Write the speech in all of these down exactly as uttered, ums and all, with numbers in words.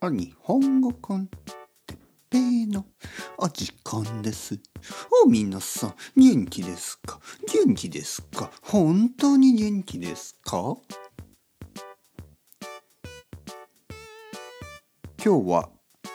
あ、日本語コンテッペイのお時間です。お、皆さん元気ですか？元気ですか？本当に元気ですか？今日は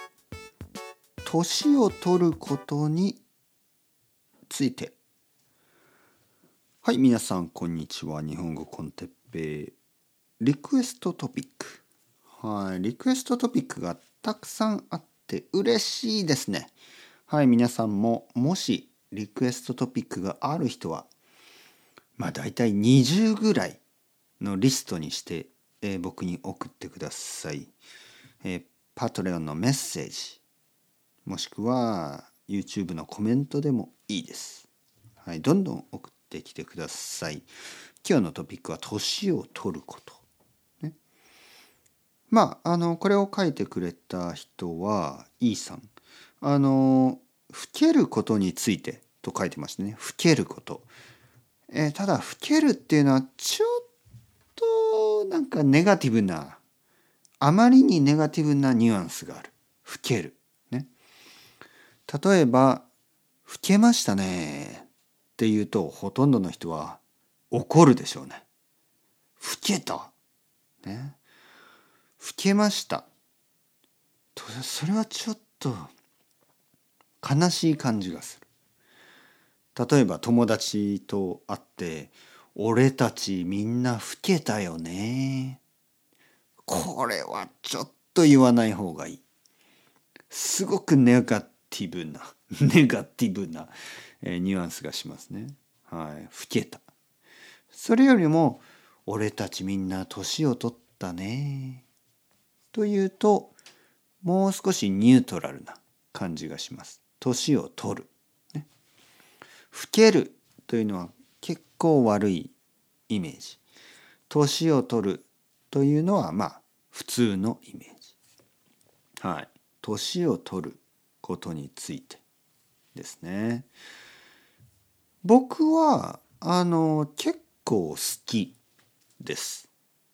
年を取ることについて。はい、皆さんこんにちは。日本語コンテッペイリクエストトピック。はい、リクエストトピックがたくさんあって嬉しいですね。はい、皆さんももしリクエストトピックがある人は、まあだいたいにじゅうぐらいのリストにして、えー、僕に送ってください。えー、パトレオンのメッセージ、もしくは YouTube のコメントでもいいです。はい、どんどん送ってきてください。今日のトピックは年を取ること。まあ、あのこれを書いてくれた人は E さん。あの老けることについてと書いてましたね。老けること、えー、ただ老けるっていうのはちょっとなんかネガティブな、あまりにネガティブなニュアンスがある。老けるね。例えば老けましたねって言うと、ほとんどの人は怒るでしょうね。老けたね。老けましたと、それはちょっと悲しい感じがする。例えば友達と会って、俺たちみんな老けたよね。これはちょっと言わない方がいい。すごくネガティブなネガティブな、えー、ニュアンスがしますね。はい、老けた。それよりも俺たちみんな年を取ったねというと、もう少しニュートラルな感じがします。年を取る、ね、老けるというのは結構悪いイメージ。年を取るというのはまあ普通のイメージ。はい、年を取ることについてですね。僕はあの結構好きです。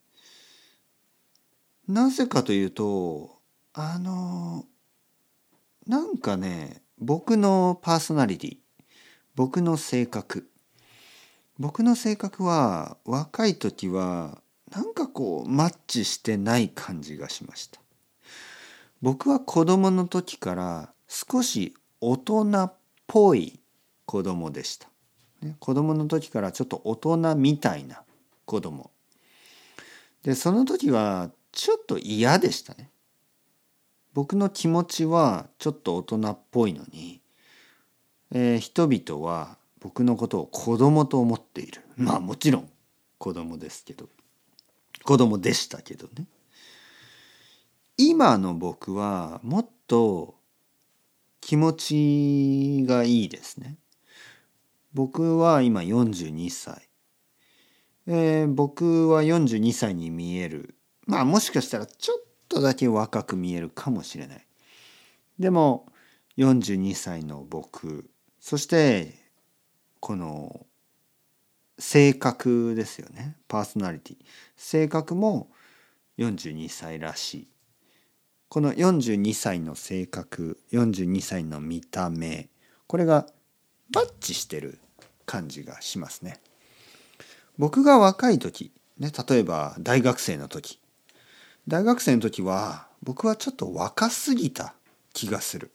なぜかというと、あのなんかね、僕のパーソナリティ、僕の性格僕の性格は若い時はなんかこうマッチしてない感じがしました。僕は子供の時から少し大人っぽい子供でした。子供の時からちょっと大人みたいな子供で、その時はちょっと嫌でしたね。僕の気持ちはちょっと大人っぽいのに、えー、人々は僕のことを子供と思っている。まあもちろん子供ですけど、子供でしたけどね。今の僕はもっと気持ちがいいですね。僕は今よんじゅうにさい。えー、僕はよんじゅうにさいに見える。まあもしかしたらちょっとだけ若く見えるかもしれない。でもよんじゅうにさいの僕、そしてこの性格ですよね。パーソナリティ。性格もよんじゅうにさいらしい。このよんじゅうにさいの性格、よんじゅうにさいの見た目、これがバッチしてる感じがしますね。僕が若い時、ね、例えば大学生の時。大学生の時は僕はちょっと若すぎた気がする。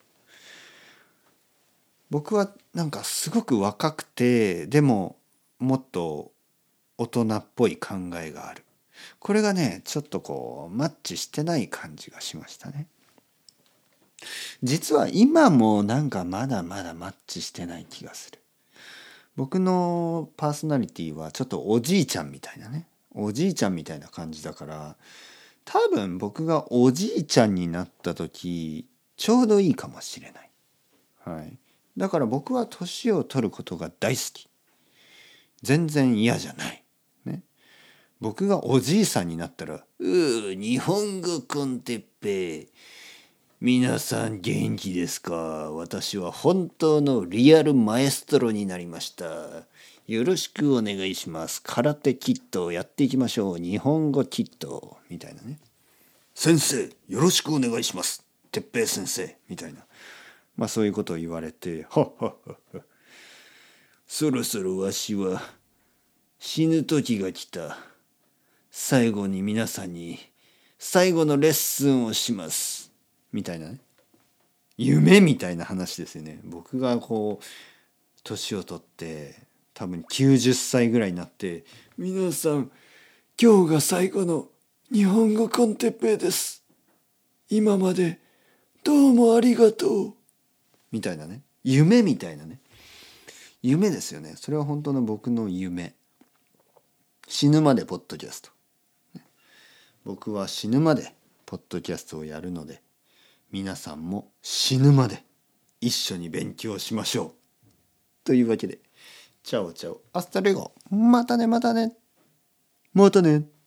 僕はなんかすごく若くて、でももっと大人っぽい考えがある。これがね、ちょっとこうマッチしてない感じがしましたね。実は今もなんかまだまだマッチしてない気がする。僕のパーソナリティはちょっとおじいちゃんみたいなね。おじいちゃんみたいな感じだから、多分僕がおじいちゃんになった時ちょうどいいかもしれない。はい。だから僕は年を取ることが大好き。全然嫌じゃない。ね。僕がおじいさんになったら、うー、日本語コンテッペイ。皆さん元気ですか？私は本当のリアルマエストロになりました。よろしくお願いします。空手キットをやっていきましょう。日本語キットみたいなね。 先生よろしくお願いします哲平先生みたいな、まあそういうことを言われて、はっはっはっは、そろそろわしは死ぬ時が来た。最後に皆さんに最後のレッスンをしますみたいなね、夢みたいな話ですよね。僕がこう年を取って多分きゅうじゅっさいぐらいになって、皆さん今日が最後の日本語コンテッペイです、今までどうもありがとうみたいなね、夢みたいなね、夢ですよね。それは本当の僕の夢。死ぬまでポッドキャスト、僕は死ぬまでポッドキャストをやるので、皆さんも死ぬまで一緒に勉強しましょうというわけで、チャオチャオアスタレゴ、またねまたねまたね。